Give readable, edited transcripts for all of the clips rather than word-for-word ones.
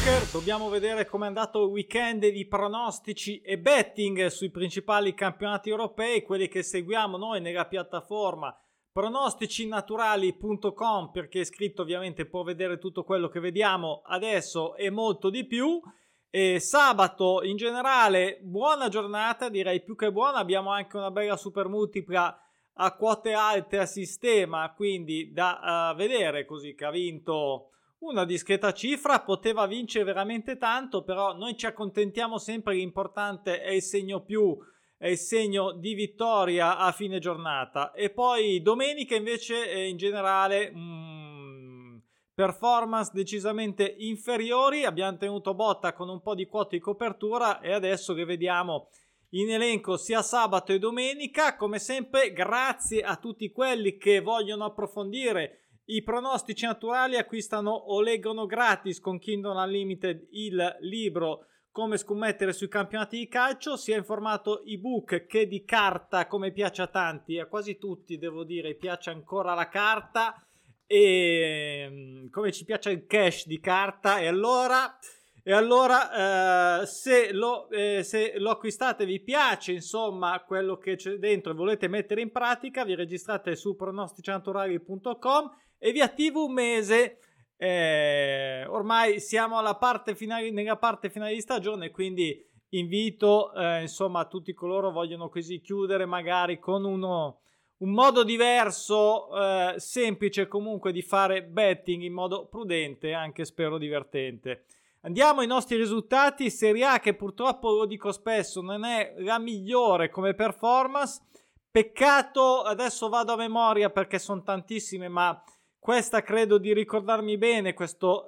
poker, dobbiamo vedere come è andato il weekend di pronostici e betting sui principali campionati europei, quelli che seguiamo noi nella piattaforma pronosticinaturali.com, perché è scritto ovviamente può vedere tutto quello che vediamo adesso e molto di più. E sabato in generale buona giornata, direi più che buona, abbiamo anche una bella super multipla a quote alte a sistema, quindi da vedere, così che ha vinto una discreta cifra, poteva vincere veramente tanto, però noi ci accontentiamo sempre, l'importante è il segno più, è il segno di vittoria a fine giornata. E poi domenica invece in generale performance decisamente inferiori, abbiamo tenuto botta con un po' di quote di copertura e adesso che vediamo in elenco sia sabato e domenica, come sempre grazie a tutti quelli che vogliono approfondire i pronostici naturali, acquistano o leggono gratis con Kindle Unlimited il libro Come scommettere sui campionati di calcio, sia in formato ebook che di carta, come piace a tanti, a quasi tutti devo dire, piace ancora la carta e come ci piace il cash di carta. E allora se lo acquistate, vi piace insomma quello che c'è dentro e volete mettere in pratica, vi registrate su pronosticinaturali.com e vi attivo un mese. Ormai siamo alla parte finale, nella parte finale di stagione, quindi invito insomma tutti coloro che vogliono così chiudere magari con un modo diverso, semplice comunque, di fare betting in modo prudente, anche spero divertente. Andiamo ai nostri risultati. Serie A, che purtroppo, lo dico spesso, non è la migliore come performance. Peccato, adesso vado a memoria perché sono tantissime, ma questa credo di ricordarmi bene, questo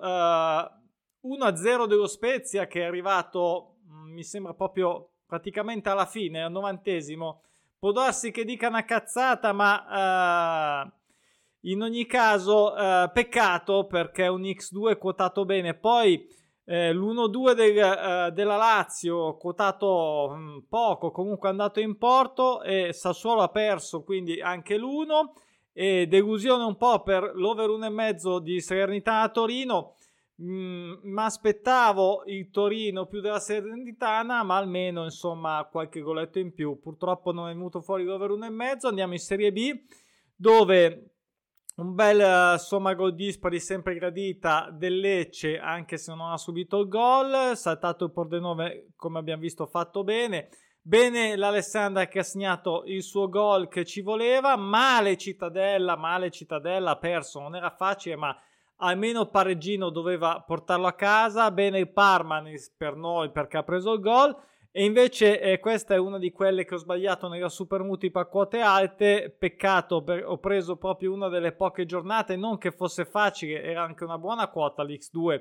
1-0 dello Spezia che è arrivato, mi sembra proprio praticamente alla fine, al 90esimo. Può darsi che dica una cazzata, ma in ogni caso peccato, perché è un X2 quotato bene. Poi l'1-2 della Lazio quotato poco, comunque è andato in porto, e Sassuolo ha perso, quindi anche l'1. E delusione un po' per l'over 1,5 di Salernitana a Torino. Mi aspettavo il Torino più della Salernitana, ma almeno insomma qualche goletto in più. Purtroppo non è venuto fuori l'over 1,5. Andiamo in Serie B, dove un bel somma gol dispari sempre gradita del Lecce, anche se non ha subito il gol. Saltato il Pordenone, come abbiamo visto, fatto bene. Bene l'Alessandria che ha segnato il suo gol che ci voleva. Male Cittadella, ha perso, non era facile, ma almeno pareggino doveva portarlo a casa. Bene il Parma per noi, perché ha preso il gol. E invece questa è una di quelle che ho sbagliato nella super multipla a quote alte. Peccato, ho preso proprio una delle poche giornate, non che fosse facile, era anche una buona quota l'X2.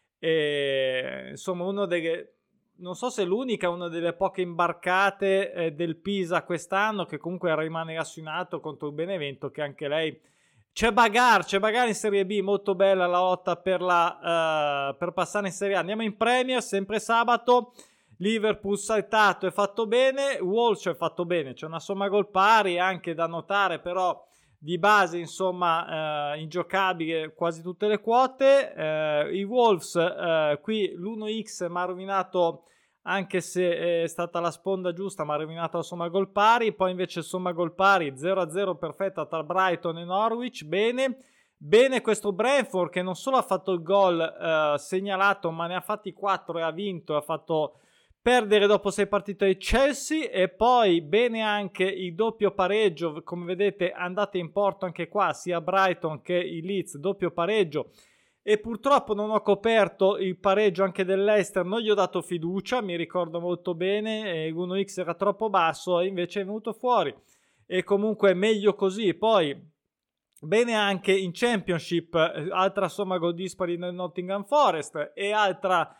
Insomma, uno delle, non so se l'unica, una delle poche imbarcate del Pisa quest'anno, che comunque rimane rassegnato contro il Benevento, che anche lei c'è bagarre in Serie B, molto bella la lotta per passare in Serie A. Andiamo in Premier, sempre sabato. Liverpool saltato e fatto bene, Wolves è fatto bene, c'è una somma gol pari anche da notare, però di base insomma ingiocabile quasi tutte le quote. I Wolves qui l'1x mi ha rovinato, anche se è stata la sponda giusta, ma ha rovinato la somma gol pari. Poi invece somma gol pari 0-0 perfetta tra Brighton e Norwich. Bene questo Brentford, che non solo ha fatto il gol segnalato, ma ne ha fatti 4 e ha vinto, ha fatto perdere dopo 6 partite di Chelsea. E poi bene anche il doppio pareggio, come vedete andate in porto anche qua, sia Brighton che il Leeds, doppio pareggio. E purtroppo non ho coperto il pareggio anche dell'Leicester, non gli ho dato fiducia, mi ricordo molto bene, l'1x era troppo basso e invece è venuto fuori, e comunque meglio così. Poi bene anche in Championship, altra somma gol dispari nel Nottingham Forest, e altra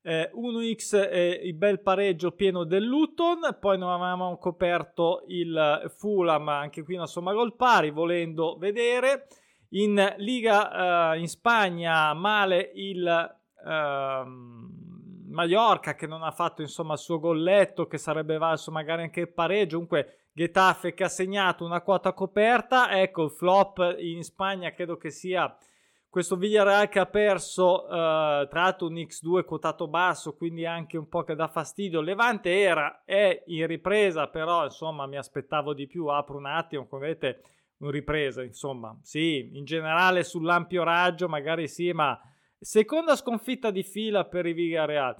1x il bel pareggio pieno del Luton. Poi non avevamo coperto il Fulham, anche qui una somma gol pari, volendo vedere. In Liga in Spagna male il Mallorca, che non ha fatto insomma il suo golletto, che sarebbe valso magari anche il pareggio. Comunque Getafe che ha segnato una quota coperta. Ecco, il flop in Spagna credo che sia questo Villarreal che ha perso, tra l'altro un X2 quotato basso, quindi anche un po' che dà fastidio. Levante è in ripresa, però insomma mi aspettavo di più. Apro un attimo, come vedete, in ripresa, insomma, sì, in generale sull'ampio raggio magari sì, ma seconda sconfitta di fila per i Villarreal.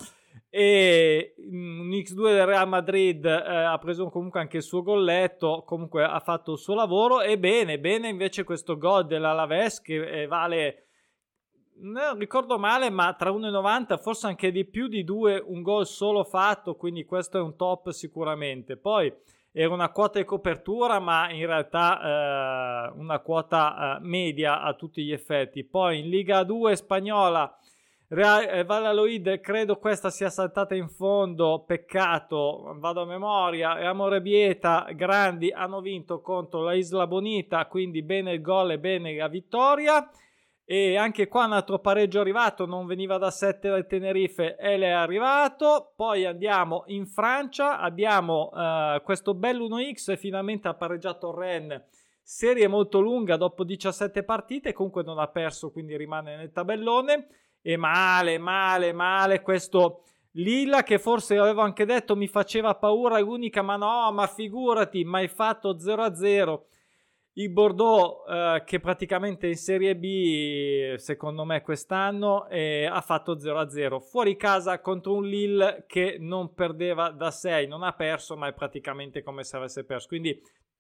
E un X2 del Real Madrid ha preso comunque anche il suo golletto, comunque ha fatto il suo lavoro. E bene invece questo gol dell'Alaves che vale, non ricordo male, ma tra 1,90 forse anche di più di 2, un gol solo fatto, quindi questo è un top sicuramente. Poi era una quota di copertura, ma in realtà una quota media a tutti gli effetti. Poi in Liga 2 spagnola, Valladolid, credo questa sia saltata in fondo, peccato, vado a memoria, e Amorebieta grandi hanno vinto contro la Isla Bonita, quindi bene il gol e bene la vittoria. E anche qua un altro pareggio arrivato, non veniva da 7 dal Tenerife e le è arrivato. Poi andiamo in Francia, abbiamo questo bell'1x, finalmente ha pareggiato Rennes, serie molto lunga dopo 17 partite, comunque non ha perso, quindi rimane nel tabellone. E male questo Lilla, che forse avevo anche detto mi faceva paura l'unica, ma no, ma figurati, ma hai fatto 0-0. Il Bordeaux che praticamente in Serie B secondo me quest'anno ha fatto 0-0 fuori casa contro un Lille che non perdeva da 6, non ha perso, ma è praticamente come se avesse perso, quindi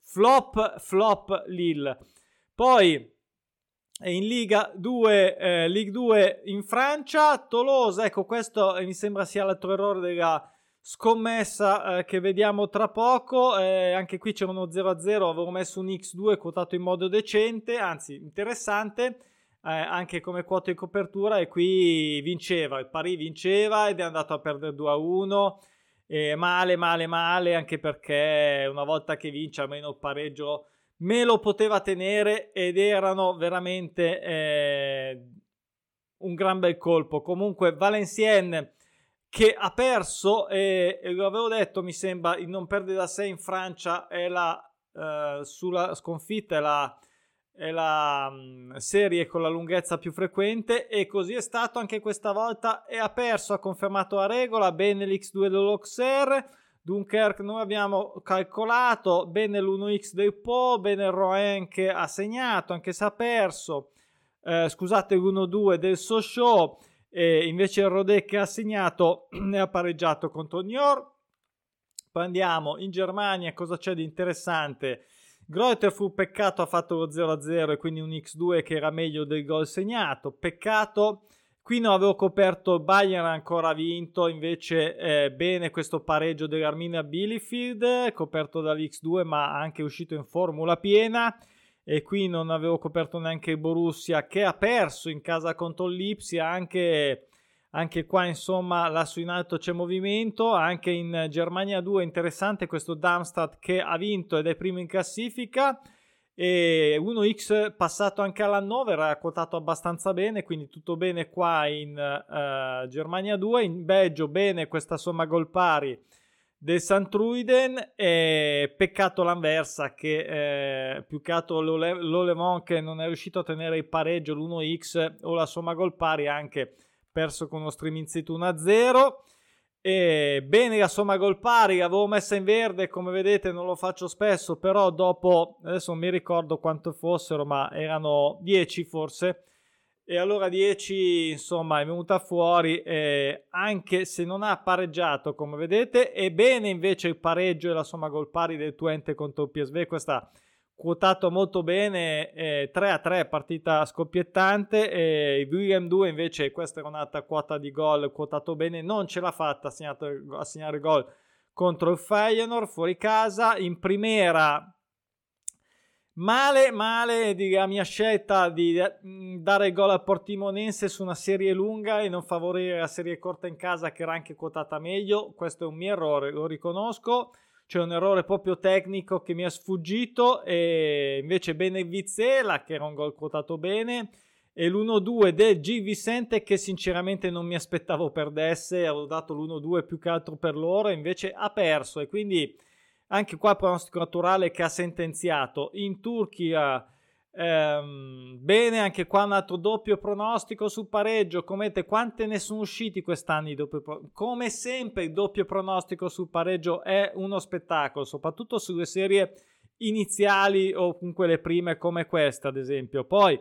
flop Lille. Poi in Liga 2, Ligue 2 in Francia, Tolosa, ecco questo mi sembra sia l'altro errore della scommessa che vediamo tra poco. Anche qui c'era uno 0-0, avevo messo un X2 quotato in modo decente, anzi interessante, anche come quota di copertura, e qui vinceva, il Paris vinceva ed è andato a perdere 2-1. Male, anche perché una volta che vince almeno il pareggio me lo poteva tenere, ed erano veramente un gran bel colpo. Comunque Valenciennes che ha perso, e lo avevo detto, mi sembra, il non perdere da 6 in Francia è sulla sconfitta, è la serie con la lunghezza più frequente, e così è stato anche questa volta, e ha perso, ha confermato la regola. Bene l'X2 dell'Auxerre, Dunkerque noi abbiamo calcolato, bene l'1x del Po, bene il Rouen che ha segnato anche se ha perso, scusate l'1-2 del Sochaux, invece il Rodé che ha segnato ne ha pareggiato contro Niort. Poi andiamo in Germania, cosa c'è di interessante? Greuther fu peccato, ha fatto lo 0-0 e quindi un X2 che era meglio del gol segnato, peccato. Qui non avevo coperto, il Bayern ha ancora vinto, invece bene questo pareggio dell'Arminia Bielefeld, coperto dall'X2 ma anche uscito in formula piena. E qui non avevo coperto neanche il Borussia che ha perso in casa contro il Lipsia, anche qua insomma lassù in alto c'è movimento. Anche in Germania 2 interessante questo Darmstadt che ha vinto ed è primo in classifica, e 1x passato anche all'Hannover, ha quotato abbastanza bene, quindi tutto bene qua in Germania 2. In Belgio bene questa somma gol pari del Santruiden, e peccato l'Anversa che più che altro l'Olemon che non è riuscito a tenere il pareggio, l'1x o la somma gol pari, anche perso con uno Streminzit 1-0. E bene la somma gol pari, l'avevo messa in verde, come vedete non lo faccio spesso, però dopo adesso non mi ricordo quanto fossero, ma erano 10 forse, e allora 10 insomma è venuta fuori, anche se non ha pareggiato come vedete. E bene invece il pareggio e la somma gol pari del Twente contro il PSV, questa quotato molto bene, 3-3, partita scoppiettante. E il William 2 invece, questa era un'altra quota di gol quotato bene, non ce l'ha fatta a segnare gol contro il Feyenoord fuori casa. In Primera male di la mia scelta di dare il gol al Portimonense su una serie lunga e non favorire la serie corta in casa, che era anche quotata meglio. Questo è un mio errore, lo riconosco, cioè un errore proprio tecnico che mi è sfuggito. E invece bene Vizela che era un gol quotato bene, e l'1-2 del G Vicente che sinceramente non mi aspettavo perdesse, avevo dato l'1-2 più che altro per loro, invece ha perso, e quindi anche qua pronostico naturale che ha sentenziato. In Turchia Bene, anche qua un altro doppio pronostico sul pareggio. Quante ne sono usciti quest'anno i come sempre il doppio pronostico sul pareggio è uno spettacolo, soprattutto sulle serie iniziali o comunque le prime come questa ad esempio. Poi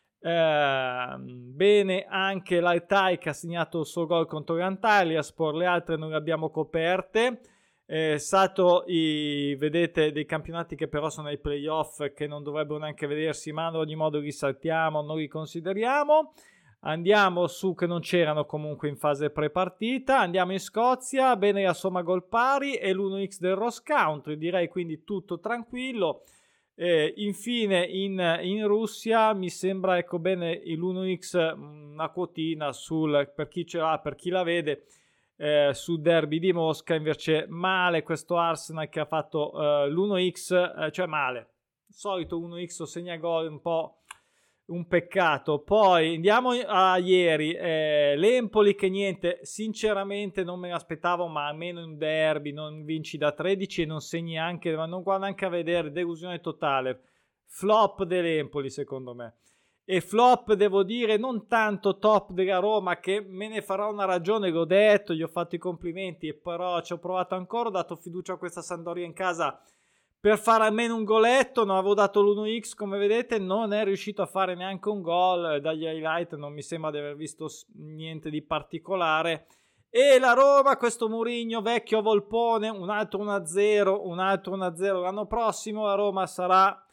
bene anche l'Altai che ha segnato il suo gol contro l'Antalyaspor, le altre non le abbiamo coperte. Salto vedete dei campionati che però sono ai playoff, che non dovrebbero neanche vedersi, ma ad ogni modo li saltiamo, non li consideriamo. Andiamo su, che non c'erano comunque in fase prepartita. Andiamo in Scozia, bene la somma gol pari e l'1x del Ross Country, direi quindi tutto tranquillo. Infine in Russia mi sembra, ecco bene, l'1x, una quotina per chi ce l'ha, per chi la vede, sul derby di Mosca. Invece male questo Arsenal che ha fatto l'1x, cioè male, il solito 1x o segna gol, un po' un peccato. Poi andiamo a ieri, l'Empoli che niente, sinceramente non me l'aspettavo, ma almeno in derby non vinci da 13 e non segni anche, ma non guarda anche a vedere, delusione totale, flop dell'Empoli secondo me. E flop devo dire non tanto top della Roma, che me ne farà una ragione, l'ho detto, gli ho fatto i complimenti e però ci ho provato ancora, ho dato fiducia a questa Sampdoria in casa per fare almeno un goletto, non avevo dato l'1x come vedete, non è riuscito a fare neanche un gol, dagli highlight non mi sembra di aver visto niente di particolare. E la Roma, questo Mourinho vecchio volpone, un altro 1-0, un altro 1-0 l'anno prossimo. La Roma sarà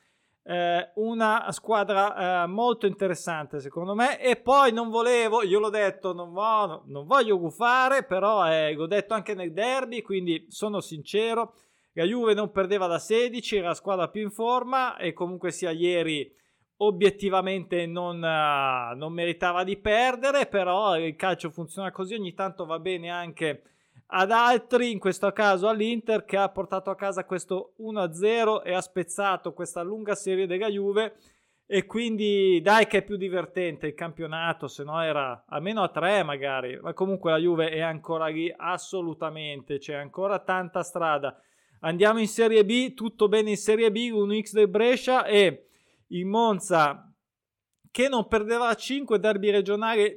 una squadra molto interessante secondo me. E poi non volevo, io l'ho detto, non voglio gufare, però l'ho detto anche nel derby, quindi sono sincero, la Juve non perdeva da 16, era la squadra più in forma e comunque sia ieri obiettivamente non meritava di perdere, però il calcio funziona così, ogni tanto va bene anche ad altri, in questo caso all'Inter, che ha portato a casa questo 1-0 e ha spezzato questa lunga serie della Juve. E quindi dai che è più divertente il campionato, se no era almeno a 3 magari, ma comunque la Juve è ancora lì assolutamente, c'è ancora tanta strada. Andiamo in Serie B, tutto bene in Serie B, 1x del Brescia e il Monza che non perdeva 5 derby regionali,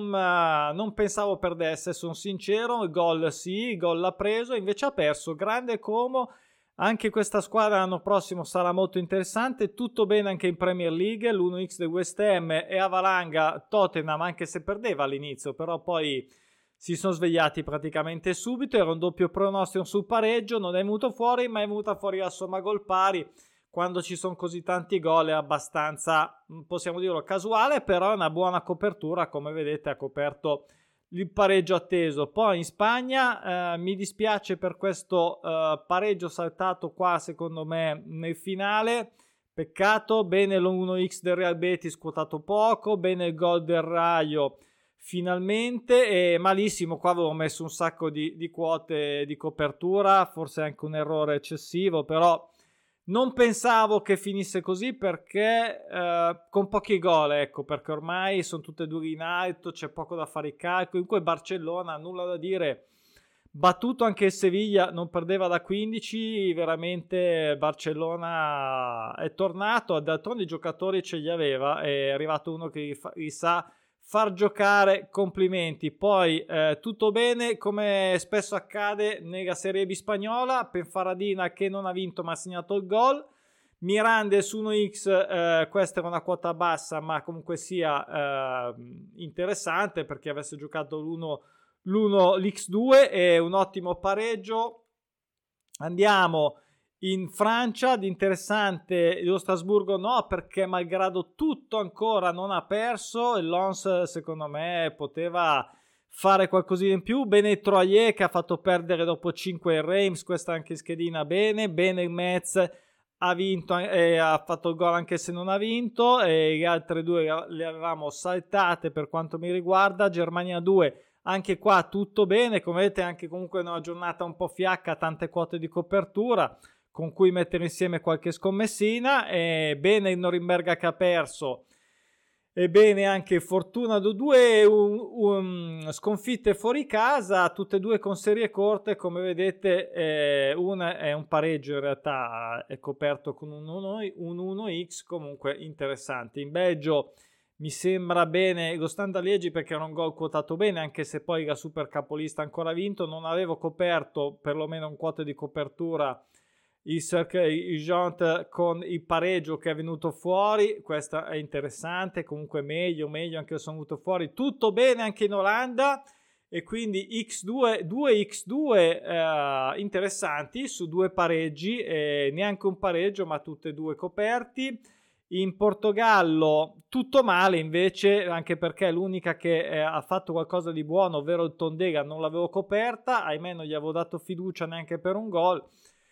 non pensavo perdesse, sono sincero. Il gol sì, il gol l'ha preso, invece ha perso. Grande Como, anche questa squadra l'anno prossimo sarà molto interessante. Tutto bene anche in Premier League, l'1x del West Ham e Avalanga Tottenham, anche se perdeva all'inizio, però poi si sono svegliati praticamente subito. Era un doppio pronostico sul pareggio, non è venuto fuori, ma è venuta fuori la somma gol pari. Quando ci sono così tanti gol è abbastanza, possiamo dirlo, casuale, però è una buona copertura, come vedete ha coperto il pareggio atteso. Poi in Spagna mi dispiace per questo pareggio saltato qua secondo me nel finale, peccato. Bene l'1x del Real Betis quotato poco, bene il gol del Rayo finalmente, e malissimo qua avevo messo un sacco di quote di copertura, forse anche un errore eccessivo, però non pensavo che finisse così perché con pochi gol, ecco, perché ormai sono tutte e due in alto, c'è poco da fare i calcoli. Comunque Barcellona, nulla da dire, battuto anche il Sevilla, non perdeva da 15, veramente Barcellona è tornato, d'altronde i giocatori ce li aveva, è arrivato uno che gli sa far giocare, complimenti. Poi tutto bene come spesso accade nella Serie B spagnola, Penfaradina che non ha vinto ma ha segnato il gol, Miranda su 1x, questa era una quota bassa ma comunque sia interessante perché avesse giocato l'X2 e un ottimo pareggio. Andiamo in Francia, di interessante lo Strasburgo no, perché malgrado tutto ancora non ha perso. Il Lens secondo me poteva fare qualcosina in più. Bene il Troyes che ha fatto perdere dopo 5 il Reims, questa anche in schedina bene il Metz ha vinto e ha fatto il gol anche se non ha vinto, e le altre due le avevamo saltate per quanto mi riguarda. Germania 2 anche qua tutto bene, come vedete anche comunque una giornata un po' fiacca, tante quote di copertura con cui mettere insieme qualche scommessina. E bene il Norimberga che ha perso, Ebbene, anche Fortuna 2 sconfitte fuori casa, tutte e due con serie corte, come vedete. Una è un pareggio, in realtà è coperto con un 1x, comunque interessante. In Belgio mi sembra bene lo Standard Liegi perché era un gol quotato bene, anche se poi la super capolista ancora vinto. Non avevo coperto, perlomeno un quoto di copertura, il Gent con il pareggio che è venuto fuori. Questo è interessante, comunque meglio anche se sono venuto fuori tutto bene anche in Olanda, e quindi due x2 interessanti su due pareggi, neanche un pareggio ma tutte e due coperti. In Portogallo tutto male invece, anche perché l'unica che ha fatto qualcosa di buono, ovvero il Tondela, non l'avevo coperta, ahimè non gli avevo dato fiducia neanche per un gol.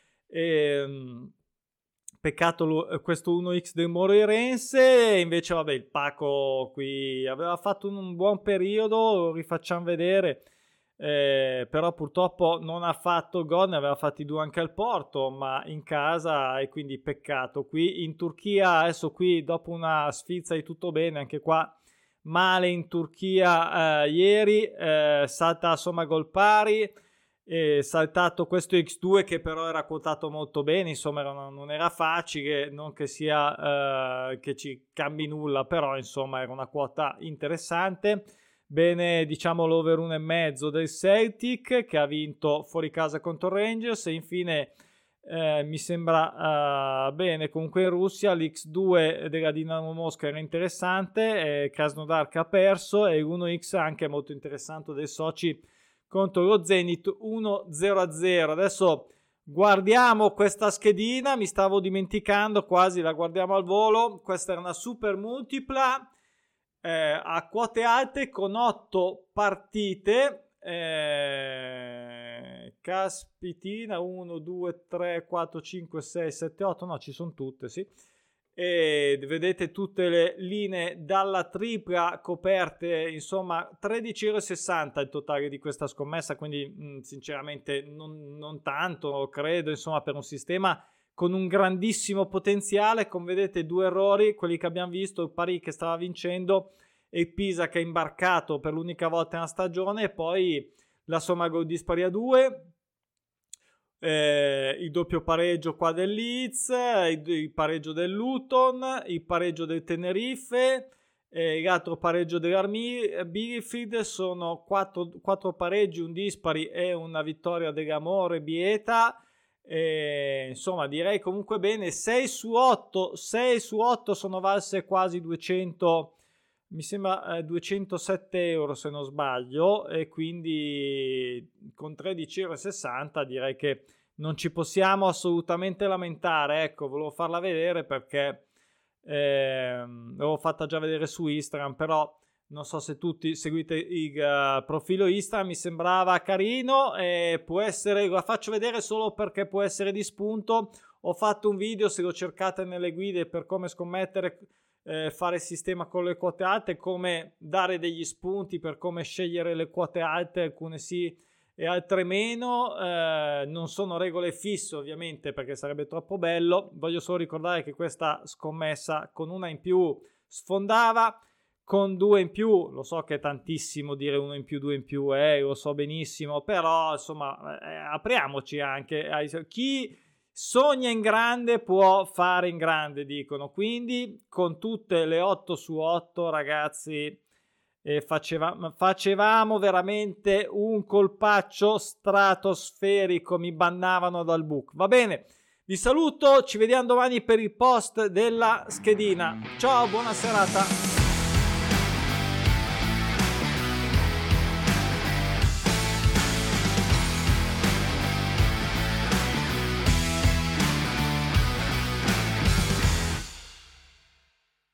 Peccato questo 1x del Moreirense. Invece vabbè, il Paco qui aveva fatto un buon periodo, lo rifacciamo vedere, però purtroppo non ha fatto gol, ne aveva fatti 2 anche al Porto, ma in casa, e quindi peccato. Qui in Turchia, adesso qui dopo una sfilza di tutto bene, anche qua male in Turchia ieri, salta insomma gol pari, saltato questo x2 che però era quotato molto bene, insomma non era facile, non che sia che ci cambi nulla, però insomma era una quota interessante. Bene, diciamo l'over 1,5 del Celtic che ha vinto fuori casa contro Rangers. E infine mi sembra bene comunque in Russia l'x2 della Dinamo Mosca era interessante, Krasnodar che ha perso, e l'1x anche molto interessante del Sochi contro lo Zenit 1-0-0. Adesso guardiamo questa schedina, mi stavo dimenticando quasi, la guardiamo al volo. Questa era una super multipla a quote alte con 8 partite. Caspitina, 1, 2, 3, 4, 5, 6, 7, 8, no, ci sono tutte, sì. E vedete tutte le linee dalla tripla coperte, insomma 13,60 il totale di questa scommessa, quindi sinceramente non tanto, credo, insomma, per un sistema con un grandissimo potenziale. Come vedete, 2 errori, quelli che abbiamo visto, il Paris che stava vincendo e il Pisa che è imbarcato per l'unica volta nella stagione, e poi la somma gol dispari a 2, il doppio pareggio qua del Leeds, il pareggio del Luton, il pareggio del Tenerife, l'altro pareggio dell'Bielefeld. Sono 4 pareggi, un dispari e una vittoria dell'Amore Bieta. Insomma direi comunque bene. 6 su 8 sono valse quasi 200, mi sembra 207 euro se non sbaglio, e quindi con 13,60 direi che non ci possiamo assolutamente lamentare. Ecco, volevo farla vedere perché l'avevo fatta già vedere su Instagram, però non so se tutti seguite il profilo Instagram, mi sembrava carino, e può essere, la faccio vedere solo perché può essere di spunto. Ho fatto un video, se lo cercate nelle guide per come scommettere, fare il sistema con le quote alte, come dare degli spunti per come scegliere le quote alte, alcune sì e altre meno. Non sono regole fisse ovviamente perché sarebbe troppo bello. Voglio solo ricordare che questa scommessa con una in più sfondava, con 2 in più, lo so che è tantissimo dire 1 in più, 2 in più, lo so benissimo, però insomma apriamoci anche chi sogna in grande può fare in grande, dicono. Quindi con tutte le 8 su 8 ragazzi, facevamo veramente un colpaccio stratosferico, mi bannavano dal book. Va bene, vi saluto, ci vediamo domani per il post della schedina. Ciao, buona serata.